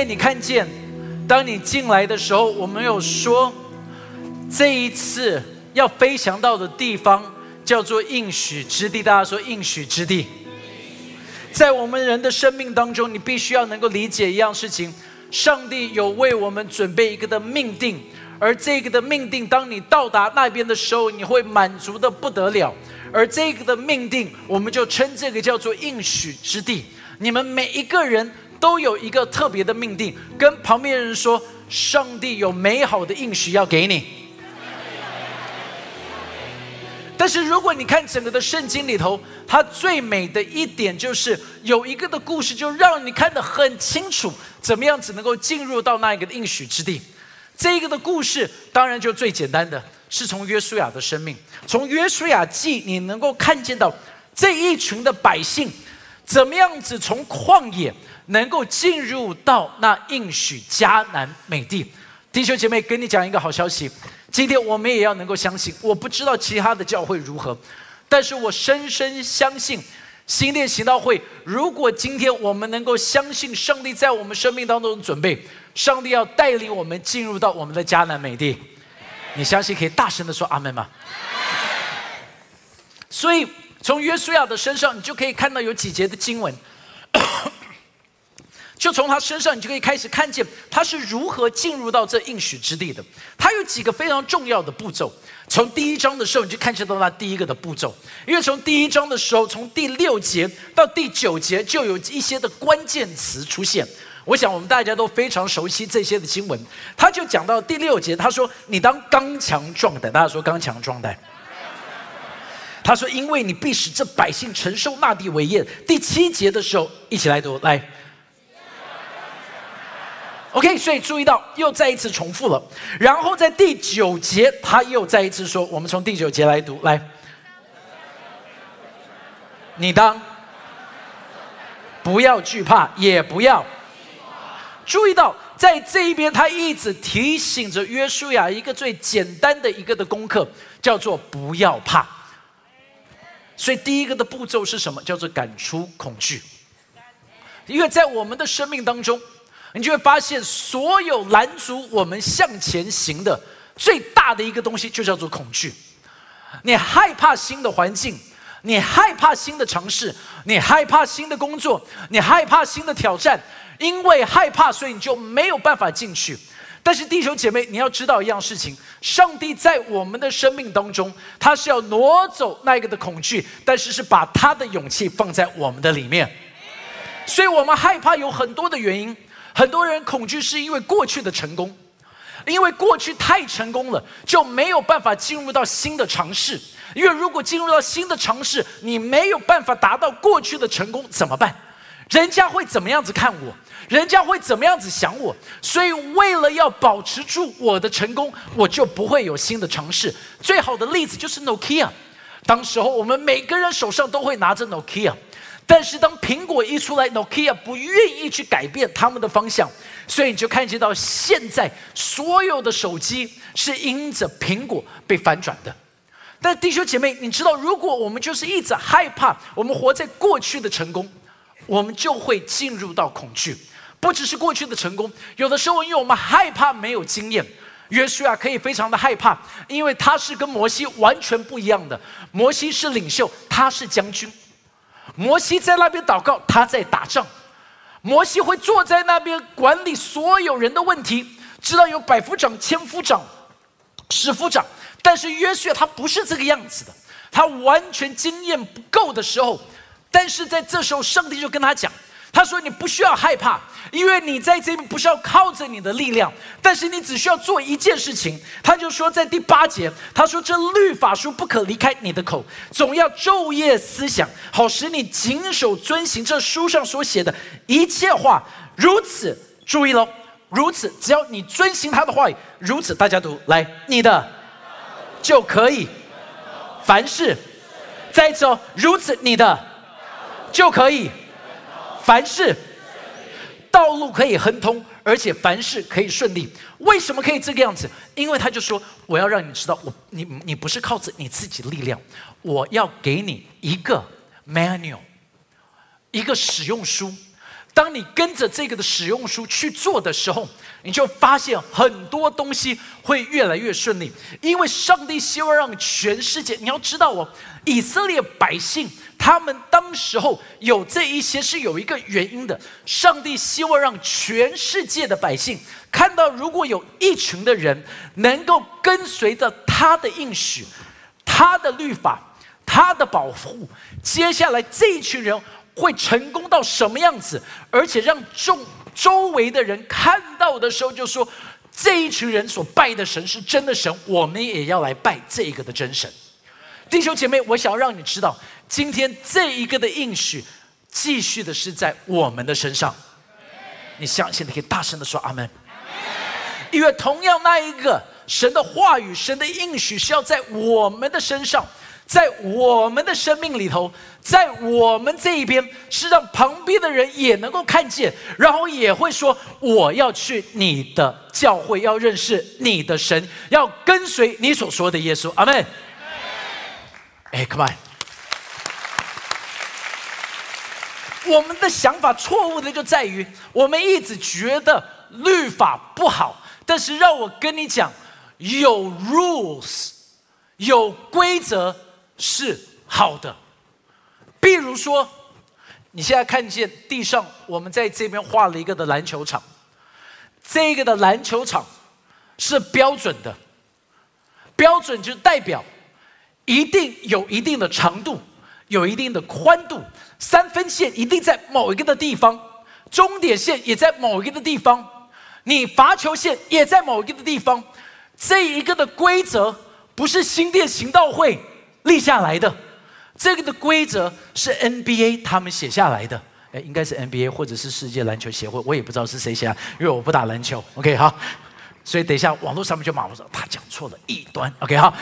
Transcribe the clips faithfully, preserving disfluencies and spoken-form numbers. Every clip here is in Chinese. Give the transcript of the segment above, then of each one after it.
天你看见，当你进来的时候，我们有说，这一次要飞翔到的地方叫做应许之地。大家说应许之地。在我们人的生命当中，你必须要能够理解一样事情，上帝有为我们准备一个的命定，而这个的命定，当你到达那边的时候，你会满足的不得了。而这个的命定，我们就称这个叫做应许之地。你们每一个人都有一个特别的命定，跟旁边人说，上帝有美好的应许要给你。但是如果你看整个的圣经里头，它最美的一点就是有一个的故事，就让你看得很清楚，怎么样子能够进入到那一个的应许之地。这个的故事当然就最简单的是从约书亚的生命，从约书亚记你能够看见到这一群的百姓怎么样子从旷野能够进入到那应许迦南美地。弟兄姐妹，跟你讲一个好消息，今天我们也要能够相信，我不知道其他的教会如何，但是我深深相信新店行道会，如果今天我们能够相信上帝在我们生命当中的准备，上帝要带领我们进入到我们的迦南美地，你相信可以大声的说阿们吗？所以从约书亚的身上，你就可以看到有几节的经文，就从他身上，你就可以开始看见他是如何进入到这应许之地的。他有几个非常重要的步骤。从第一章的时候，你就看见到他第一个的步骤，因为从第一章的时候，从第六节到第九节，就有一些的关键词出现。我想我们大家都非常熟悉这些的经文。他就讲到第六节，他说：“你当刚强壮胆。”大家说刚强壮胆。他说：“因为你必使这百姓承受那地为业。”第七节的时候，一起来读，来。OK， 所以注意到又再一次重复了。然后在第九节，他又再一次说，我们从第九节来读，来，你当不要惧怕，也不要。注意到在这一边，他一直提醒着约书亚一个最简单的一个的功课，叫做不要怕。所以第一个的步骤是什么？叫做赶出恐惧。因为在我们的生命当中，你就会发现，所有拦阻我们向前行的最大的一个东西，就叫做恐惧。你害怕新的环境，你害怕新的尝试，你害怕新的工作，你害怕新的挑战。因为害怕，所以你就没有办法进去。但是弟兄姐妹，你要知道一样事情，上帝在我们的生命当中，他是要挪走那个的恐惧，但是是把他的勇气放在我们的里面。所以我们害怕有很多的原因。很多人恐惧是因为过去的成功，因为过去太成功了，就没有办法进入到新的尝试。因为如果进入到新的尝试，你没有办法达到过去的成功，怎么办？人家会怎么样子看我？人家会怎么样子想我？所以为了要保持住我的成功，我就不会有新的尝试。最好的例子就是 Nokia， 当时候我们每个人手上都会拿着 Nokia。但是当苹果一出来， Nokia 不愿意去改变他们的方向，所以你就看见到现在所有的手机是因着苹果被反转的。但弟兄姐妹，你知道，如果我们就是一直害怕，我们活在过去的成功，我们就会进入到恐惧。不只是过去的成功，有的时候因为我们害怕没有经验。约书亚可以非常的害怕，因为他是跟摩西完全不一样的。摩西是领袖，他是将军。摩西在那边祷告，他在打仗。摩西会坐在那边管理所有人的问题，知道有百夫长、千夫长、十夫长。但是约书亚他不是这个样子的，他完全经验不够的时候，但是在这时候上帝就跟他讲，他说你不需要害怕，因为你在这边不是要靠着你的力量，但是你只需要做一件事情。他就说在第八节，他说这律法书不可离开你的口，总要昼夜思想，好使你谨守遵行这书上所写的一切话。如此，注意咯，如此，只要你遵行他的话语，如此，大家读来，你的就可以凡事。再一次哦，如此，你的就可以凡事，道路可以亨通，而且凡事可以顺利。为什么可以这个样子？因为他就说，我要让你知道，我你你不是靠着你自己的力量，我要给你一个 manual， 一个使用书。 当你跟着这个的使用书去做的时候，你就发现很多东西会越来越顺利。因为上帝希望让全世界，你要知道哦，以色列百姓他们当时候有这一些是有一个原因的。上帝希望让全世界的百姓看到，如果有一群的人能够跟随着他的应许、他的律法、他的保护，接下来这一群人会成功到什么样子，而且让众周围的人看到的时候就说，这一群人所拜的神是真的神，我们也要来拜这个的真神。弟兄姐妹，我想要让你知道，今天这一个的应许继续的是在我们的身上。你相信的可以大声的说阿们。因为同样那一个神的话语、神的应许是要在我们的身上，在我们的生命里头，在我们这一边，是让旁边的人也能够看见，然后也会说，我要去你的教会，要认识你的神，要跟随你所说的耶稣。阿们。哎 ，come on！ 我们的想法错误的就在于，我们一直觉得律法不好，但是让我跟你讲，有 rules， 有规则是好的。比如说，你现在看见地上，我们在这边画了一个的篮球场，这个的篮球场是标准的，标准就代表一定有一定的长度，有一定的宽度，三分线一定在某一个的地方，终点线也在某一个的地方，你罚球线也在某一个的地方。这一个的规则不是新店行道会立下来的，这个的规则是 N B A 他们写下来的。哎，应该是 N B A 或者是世界篮球协会，我也不知道是谁写的，因为我不打篮球。OK， 好，所以等一下网络上面就骂我说他讲错了，异端。OK， 好。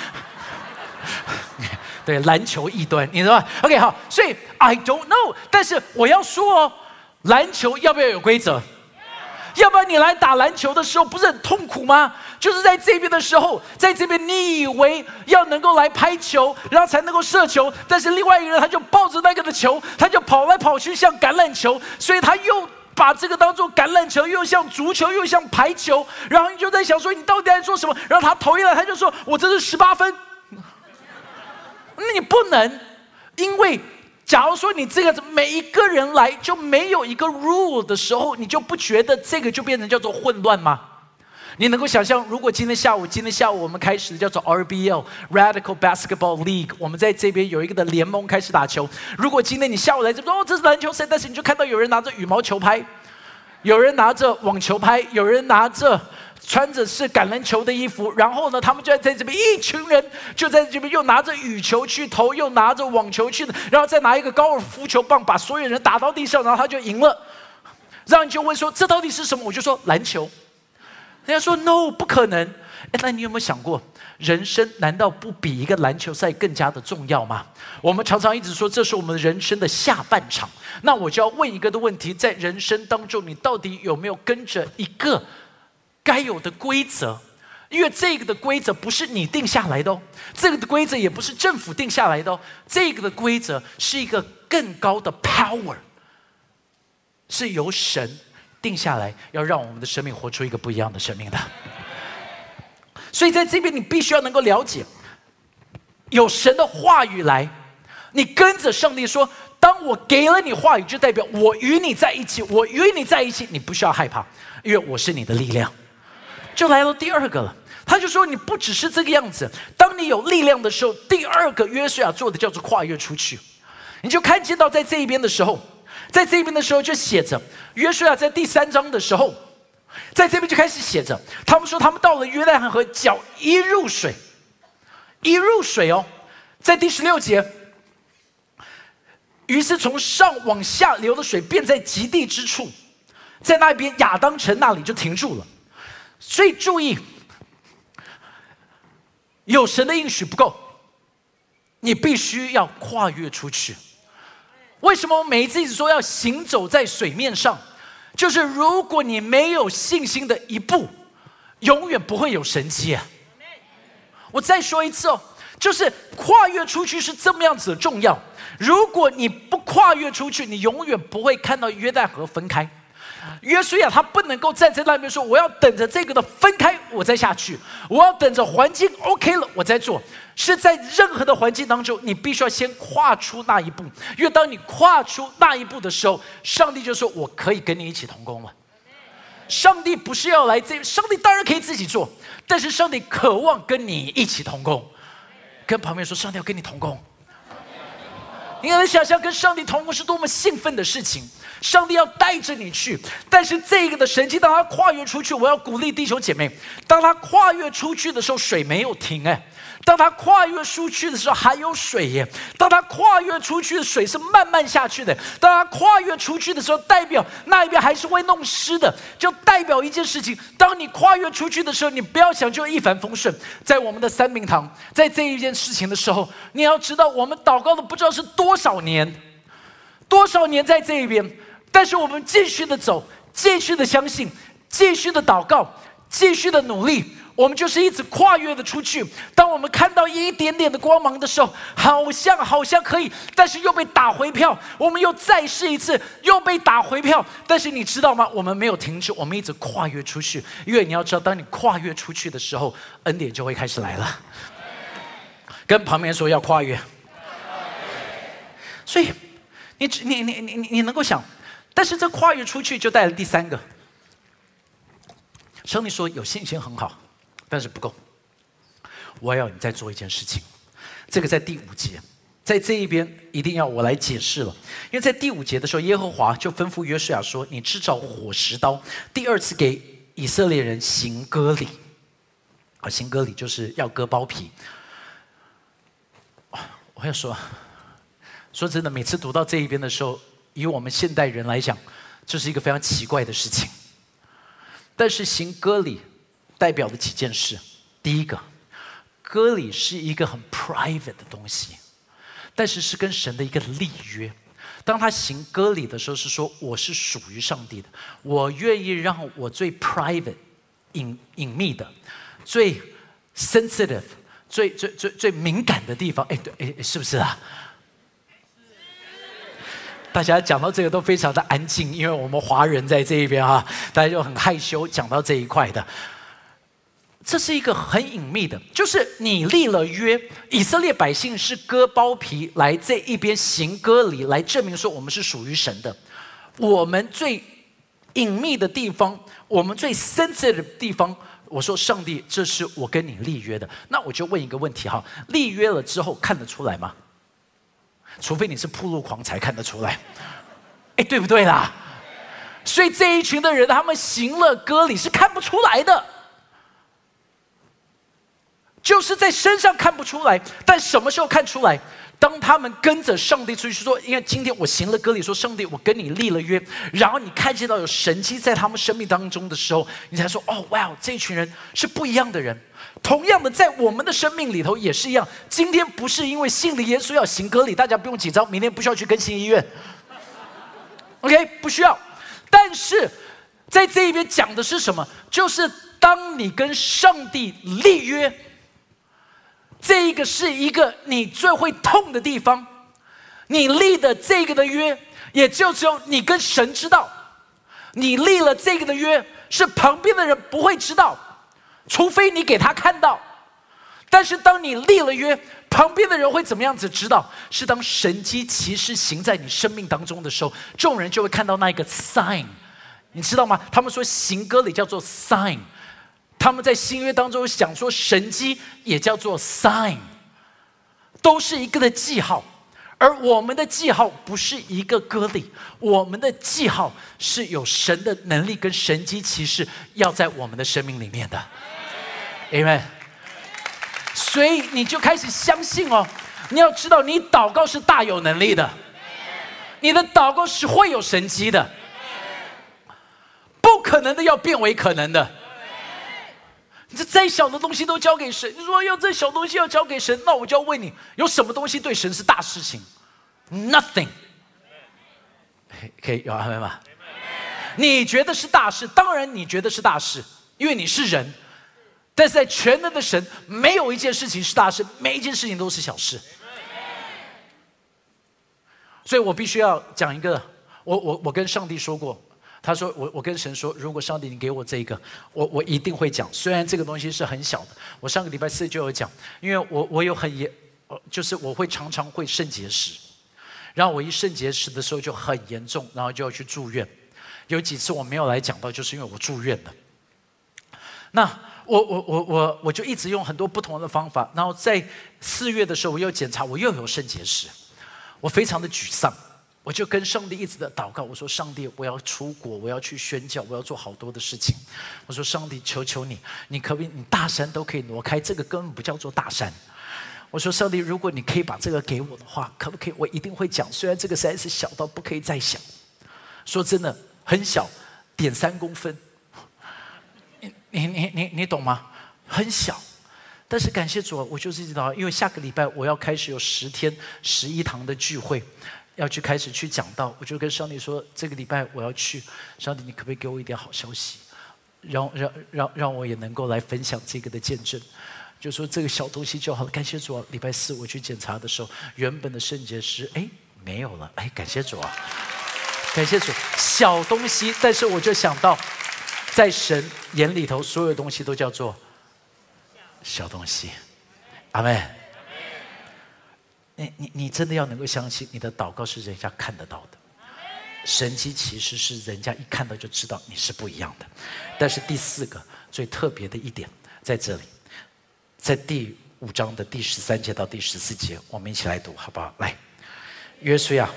对，篮球异端，你知道吗 ？OK， 好，所以 I don't know， 但是我要说哦，篮球要不要有规则？要不然你来打篮球的时候不是很痛苦吗？就是在这边的时候，在这边你以为要能够来拍球，然后才能够射球，但是另外一个人他就抱着那个的球，他就跑来跑去像橄榄球，所以他又把这个当作橄榄球，又像足球，又像排球，然后你就在想说你到底在做什么？然后他投一来，他就说我这是十八分。那你不能，因为假如说你这个每一个人来就没有一个 rule 的时候，你就不觉得这个就变成叫做混乱吗？你能够想象，如果今天下午，今天下午我们开始的叫做 R B L Radical Basketball League， 我们在这边有一个的联盟开始打球。如果今天你下午来这边说哦这是篮球赛，但是你就看到有人拿着羽毛球拍，有人拿着网球拍，有人拿着穿着是橄榄球的衣服，然后呢，他们就在这边一群人就在这边又拿着羽球去投，又拿着网球去，然后再拿一个高尔夫球棒把所有人打到地上，然后他就赢了。让你就问说这到底是什么？我就说篮球。人家说 no 不可能。那你有没有想过，人生难道不比一个篮球赛更加的重要吗？我们常常一直说这是我们人生的下半场。那我就要问一个的问题，在人生当中你到底有没有跟着一个该有的规则？因为这个的规则不是你定下来的哦，这个的规则也不是政府定下来的哦，这个的规则是一个更高的 power， 是由神定下来，要让我们的生命活出一个不一样的生命的。所以在这边你必须要能够了解，有神的话语来，你跟着上帝说，当我给了你话语，就代表我与你在一起，我与你在一起，你不需要害怕，因为我是你的力量。就来到第二个了，他就说你不只是这个样子，当你有力量的时候，第二个约书亚做的叫做跨越出去。你就看见到在这一边的时候，在这边的时候就写着，约书亚在第三章的时候，在这边就开始写着，他们说他们到了约旦河，脚一入水，一入水哦，在第十六节，于是从上往下流的水便在极地之处，在那边亚当城那里就停住了。所以注意，有神的应许不够，你必须要跨越出去。为什么我每一次一直说要行走在水面上？就是如果你没有信心的一步，永远不会有神迹啊！我再说一次哦， 就是跨越出去是这么样子的重要。如果你不跨越出去，你永远不会看到约旦河分开。约书亚他不能够站在那边说，我要等着这个的分开我再下去，我要等着环境 OK 了我再做。是在任何的环境当中，你必须要先跨出那一步，因为当你跨出那一步的时候，上帝就说我可以跟你一起同工了。上帝不是要来这，上帝当然可以自己做，但是上帝渴望跟你一起同工。跟旁边说，上帝要跟你同工。你能想象跟上帝同工是多么兴奋的事情？上帝要带着你去，但是这个的神迹，当他跨越出去，我要鼓励弟兄姐妹，当他跨越出去的时候，水没有停哎。当他跨越出去的时候还有水耶，当他跨越出去的水是慢慢下去的，当他跨越出去的时候，代表那一边还是会弄湿的，就代表一件事情，当你跨越出去的时候，你不要想就一帆风顺。在我们的三明堂，在这一件事情的时候，你要知道我们祷告的不知道是多少年多少年在这一边，但是我们继续的走，继续的相信，继续的祷告，继续的努力，我们就是一直跨越的出去。当我们看到一点点的光芒的时候，好像好像可以，但是又被打回票，我们又再试一次，又被打回票。但是你知道吗？我们没有停止，我们一直跨越出去。因为你要知道，当你跨越出去的时候，恩典就会开始来了。跟旁边说要跨越。所以你你你你你能够想，但是这跨越出去就带来第三个。上帝说有信心很好，但是不够，我要你再做一件事情。这个在第五节，在这一边一定要我来解释了。因为在第五节的时候，耶和华就吩咐约书亚说，你制造火石刀，第二次给以色列人行割礼。啊，行割礼就是要割包皮。我要说说真的，每次读到这一边的时候，以我们现代人来讲，这是一个非常奇怪的事情。但是行割礼代表的几件事，第一个，割礼是一个很 private 的东西，但是是跟神的一个立约。当他行割礼的时候，是说我是属于上帝的，我愿意让我最 private 隐隐秘的、最 sensitive、最最最最敏感的地方，哎，对，哎，是不是啊？大家讲到这个都非常的安静，因为我们华人在这一边啊，大家就很害羞讲到这一块的。这是一个很隐秘的，就是你立了约，以色列百姓是割包皮来这一边行割礼，来证明说我们是属于神的。我们最隐秘的地方，我们最 sensitive 的地方，我说上帝，这是我跟你立约的。那我就问一个问题哈，立约了之后看得出来吗？除非你是暴露狂才看得出来，哎，对不对啦？所以这一群的人，他们行了割礼是看不出来的，就是在身上看不出来。但什么时候看出来？当他们跟着上帝出去说，因为今天我行了割礼，说上帝，我跟你立了约，然后你看见到有神迹在他们生命当中的时候，你才说，哦，哇，这一群人是不一样的人。同样的，在我们的生命里头也是一样。今天不是因为信了耶稣要行割礼，大家不用紧张，明天不需要去更新医院 ，OK， 不需要。但是在这一边讲的是什么？就是当你跟上帝立约，这一个是一个你最会痛的地方。你立的这个的约，也就只有你跟神知道。你立了这个的约，是旁边的人不会知道。除非你给他看到，但是当你立了约，旁边的人会怎么样子知道？是当神迹奇事行在你生命当中的时候，众人就会看到那一个 sign， 你知道吗？他们说行割礼叫做 sign， 他们在新约当中想说神迹也叫做 sign， 都是一个的记号。而我们的记号不是一个割礼，我们的记号是有神的能力跟神迹奇事要在我们的生命里面的。Amen。所以你就开始相信哦，你要知道，你祷告是大有能力的，你的祷告是会有神迹的，不可能的要变为可能的。你这再小的东西都交给神，你说要这小东西要交给神，那我就要问你，有什么东西对神是大事情 ？Nothing。可以有阿们吗？你觉得是大事，当然你觉得是大事，因为你是人。 但是在全能的神，没有一件事情是大事，每一件事情都是小事。所以我必须要讲一个，我我我跟上帝说过，他说我我跟神说，如果上帝你给我这个，我我一定会讲。虽然这个东西是很小的，我上个礼拜四就有讲，因为我我有很严，就是我会常常会肾结石，然后我一肾结石的时候就很严重，然后就要去住院。有几次我没有来讲到，就是因为我住院了。那我我我我我就一直用很多不同的方法，然后在四月的时候我又检查，我又有肾结石。我非常的沮丧，我就跟上帝一直的祷告，我说上帝，我要出国，我要去宣教，我要做好多的事情。我说上帝，求求你，你可不可以，你大山都可以挪开，这个根本不叫做大山。我说上帝，如果你可以把这个给我的话，可不可以？我一定会讲，虽然这个实在是小到不可以再小。说真的，很小，点三公分，你你你你你懂吗？很小。但是感谢主，我就是知道，因为下个礼拜我要开始有十天十一堂的聚会，要去开始去讲道。我就跟上帝说，这个礼拜我要去，上帝你可不可以给我一点好消息，让让让让我也能够来分享这个的见证。就说这个小东西就好了。感谢主啊，礼拜四我去检查的时候，原本的肾结石哎没有了，哎感谢主啊，感谢主，小东西，但是我就想到，在神眼里头，所有东西都叫做小东西，阿们。你你你真的要能够相信，你的祷告是人家看得到的，神迹其实是人家一看到就知道你是不一样的。但是第四个最特别的一点在这里，在第五章的第十三节到第十四节，我们一起来读好不好？来，约书亚，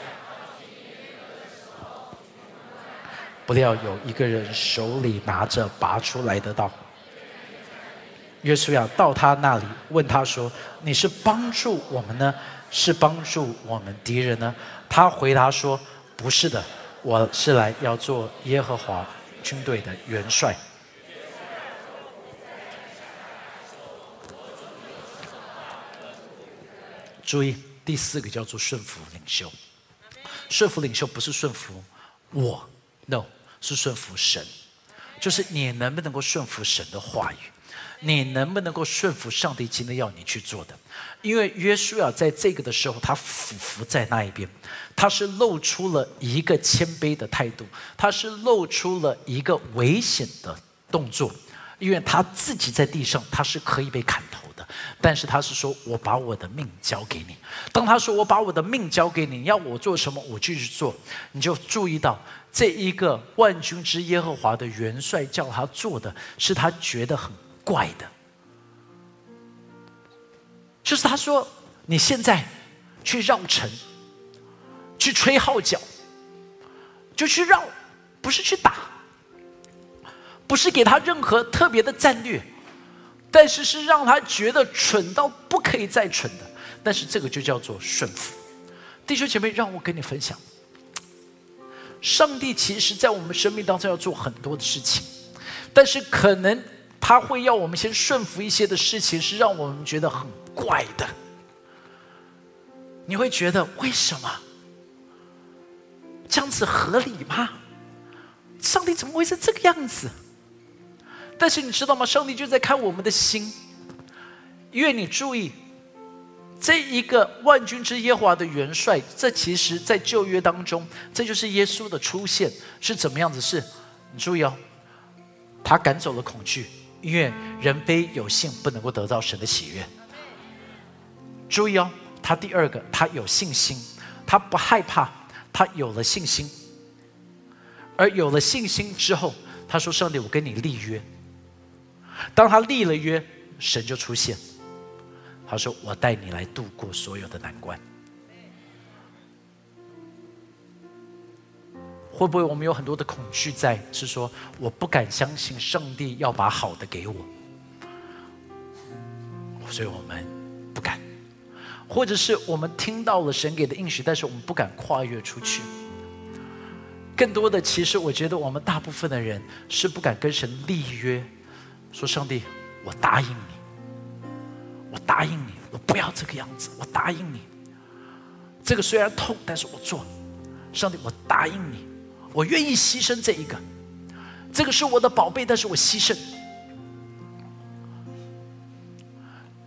不料有一个人手里拿着拔出来的刀。约书亚到他那里，问他说：“你是帮助我们呢，是帮助我们敌人呢？”他回答说：“不是的，我是来要做耶和华军队的元帅。”注意，第四个叫做顺服领袖。顺服领袖不是顺服我 ，no， 是顺服神。就是你能不能够顺服神的话语？你能不能够顺服上帝今天要你去做的？因为约书亚在这个的时候，他俯伏在那一边，他是露出了一个谦卑的态度，他是露出了一个危险的动作，因为他自己在地上，他是可以被砍头的，但是他是说：“我把我的命交给你。”当他说“我把我的命交给你，你要我做什么，我就去做。”你就注意到这一个万军之耶和华的元帅叫他做的是他觉得很怪的，就是他说：“你现在去绕城，去吹号角，就去绕，不是去打，不是给他任何特别的战略，但是是让他觉得蠢到不可以再蠢的。但是这个就叫做顺服。”弟兄姐妹，让我跟你分享，上帝其实在我们生命当中要做很多的事情，但是可能他会要我们先顺服一些的事情，是让我们觉得很怪的。你会觉得为什么这样子合理吗？上帝怎么会是这个样子？但是你知道吗？上帝就在看我们的心。因为你注意，这一个万军之耶和华的元帅，这其实在旧约当中，这就是耶稣的出现是怎么样子？是你注意哦，他赶走了恐惧。因为人非有信不能够得到神的喜悦。注意哦，他第二个，他有信心，他不害怕，他有了信心。而有了信心之后，他说：“上帝，我跟你立约。”当他立了约，神就出现。他说：“我带你来度过所有的难关。”会不会我们有很多的恐惧在？是说我不敢相信上帝要把好的给我，所以我们不敢。或者是我们听到了神给的应许，但是我们不敢跨越出去。更多的，其实我觉得我们大部分的人是不敢跟神立约，说上帝，我答应你，我答应你，我不要这个样子，我答应你。这个虽然痛，但是我做。上帝，我答应你。我愿意牺牲这一个，这个是我的宝贝，但是我牺牲。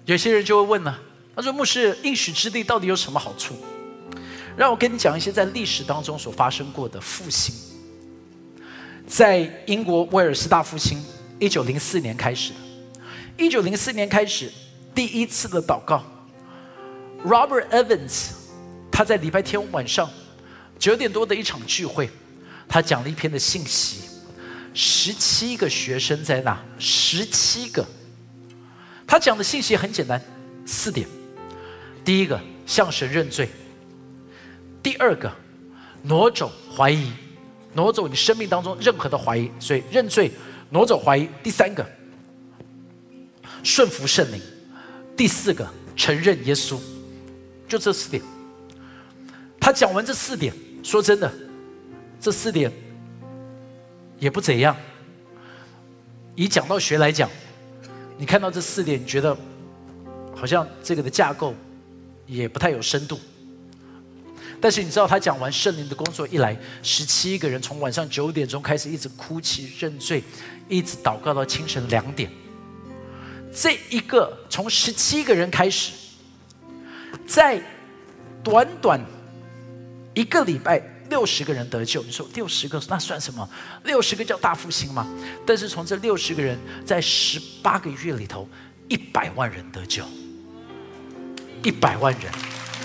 有些人就会问了，他说牧师，应许之地到底有什么好处？让我跟你讲一些在历史当中所发生过的复兴。在英国威尔士大复兴一九零四年开始的，一九零四年开始第一次的祷告， Robert Evans 他在礼拜天晚上九点多的一场聚会，他讲了一篇的信息，十七个学生在那，十七个。他讲的信息很简单，四点。第一个，向神认罪；第二个，挪走怀疑，挪走你生命当中任何的怀疑，所以认罪，挪走怀疑。第三个，顺服圣灵；第四个，承认耶稣。就这四点。他讲完这四点，说真的，这四点也不怎样。以讲道学来讲，你看到这四点，你觉得好像这个的架构也不太有深度。但是你知道他讲完圣灵的工作一来，十七个人从晚上九点钟开始一直哭泣认罪，一直祷告到清晨两点。这一个从十七个人开始，在短短一个礼拜六十个人得救。你说六十个那算什么？六十个叫大复兴吗？但是从这六十个人，在十八个月里头，一百万人得救，一百万人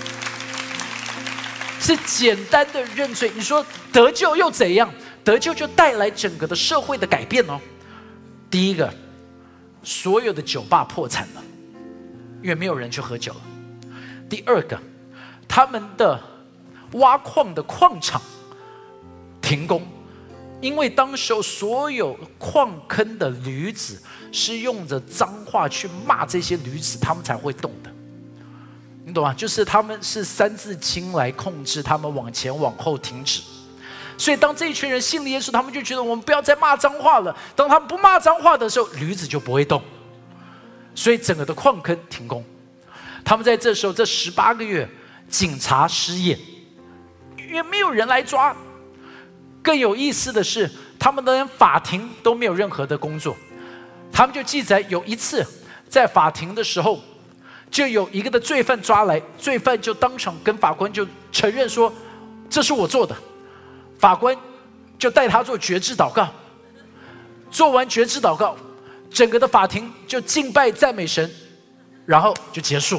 是简单的认罪。你说得救又怎样？得救就带来整个的社会的改变哦。第一个，所有的酒吧破产了，因为没有人去喝酒了。第二个，他们的挖矿的矿场停工，因为当时候所有矿坑的驴子是用着脏话去骂这些驴子，他们才会动的。你懂吗？就是他们是三字经来控制他们往前往后停止。所以当这一群人信了耶稣，他们就觉得我们不要再骂脏话了。当他们不骂脏话的时候，驴子就不会动，所以整个的矿坑停工。他们在这时候这十八个月，警察失业，因为没有人来抓。更有意思的是，他们连法庭都没有任何的工作。他们就记载有一次在法庭的时候，就有一个的罪犯抓来，罪犯就当场跟法官就承认说，这是我做的。法官就带他做决志祷告，做完决志祷告，整个的法庭就敬拜赞美神，然后就结束。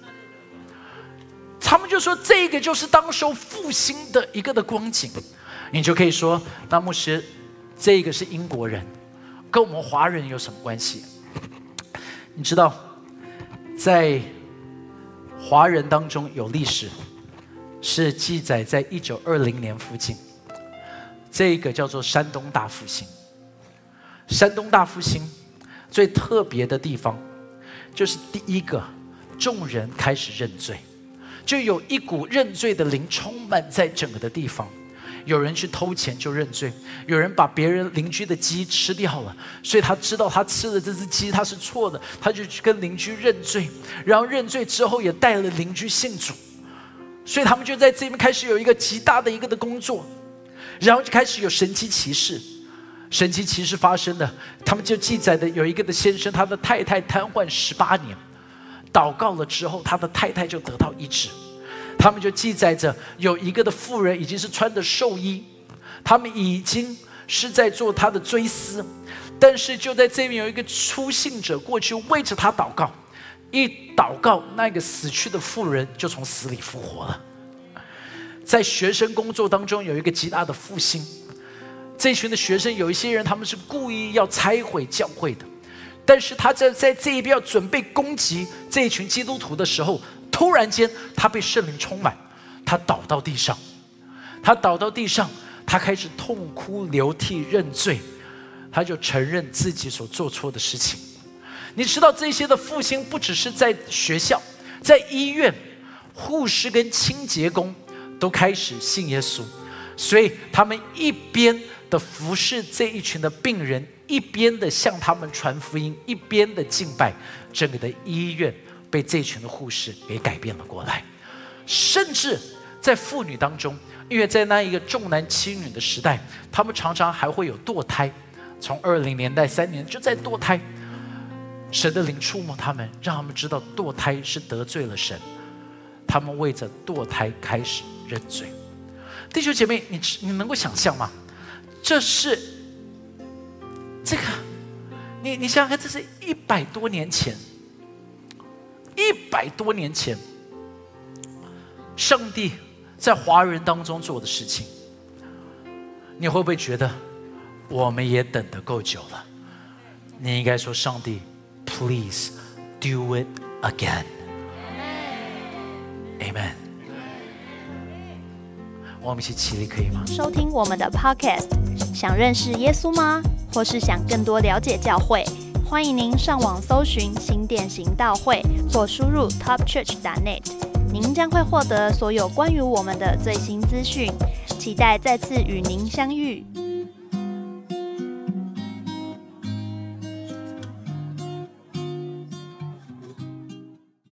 他们就说这个就是当时复兴的一个的光景。你就可以说，那牧师，这个是英国人，跟我们华人有什么关系？你知道在华人当中有历史是记载在一九二零年附近，这个叫做山东大复兴。山东大复兴最特别的地方就是第一个，众人开始认罪，就有一股认罪的灵充满在整个的地方。有人去偷钱就认罪，有人把别人邻居的鸡吃掉了，所以他知道他吃的这只鸡他是错的，他就去跟邻居认罪，然后认罪之后也带了邻居信主，所以他们就在这边开始有一个极大的一个的工作，然后就开始有神奇奇事。神奇奇事发生的，他们就记载的有一个的先生，他的太太瘫痪十八年，祷告了之后，他的太太就得到医治。他们就记载着有一个的妇人已经是穿的寿衣，他们已经是在做他的追思，但是就在这边有一个初信者过去为着他祷告，一祷告，那个死去的妇人就从死里复活了。在学生工作当中有一个极大的复兴，这群的学生有一些人他们是故意要拆毁教会的，但是他在在这一边要准备攻击这一群基督徒的时候，突然间他被圣灵充满，他倒到地上，他倒到地上，他开始痛哭流涕认罪，他就承认自己所做错的事情。你知道这些的复兴不只是在学校，在医院，护士跟清洁工都开始信耶稣，所以他们一边的服侍这一群的病人，一边的向他们传福音，一边的敬拜，整个的医院被这群的护士给改变了过来。甚至在妇女当中，因为在那一个重男轻女的时代，他们常常还会有堕胎，从二零年代三年就在堕胎。 神的灵触摸他们，让他们知道堕胎是得罪了神，他们为着堕胎开始认罪。弟兄姐妹，你你能够想象吗？这是这个，你你想想看，这是一百多年前，一百多年前，上帝在华人当中做的事情，你会不会觉得我们也等得够久了？你应该说，上帝 ，Please do it again. Amen. 我们一起起立可以吗？ 收听我们的 Podcast， 想认识耶稣吗？或是想更多了解教会？欢迎您上网搜寻新店行道会，或输入 top church dot net， 您将会获得所有关于我们的最新资讯。期待再次与您相遇。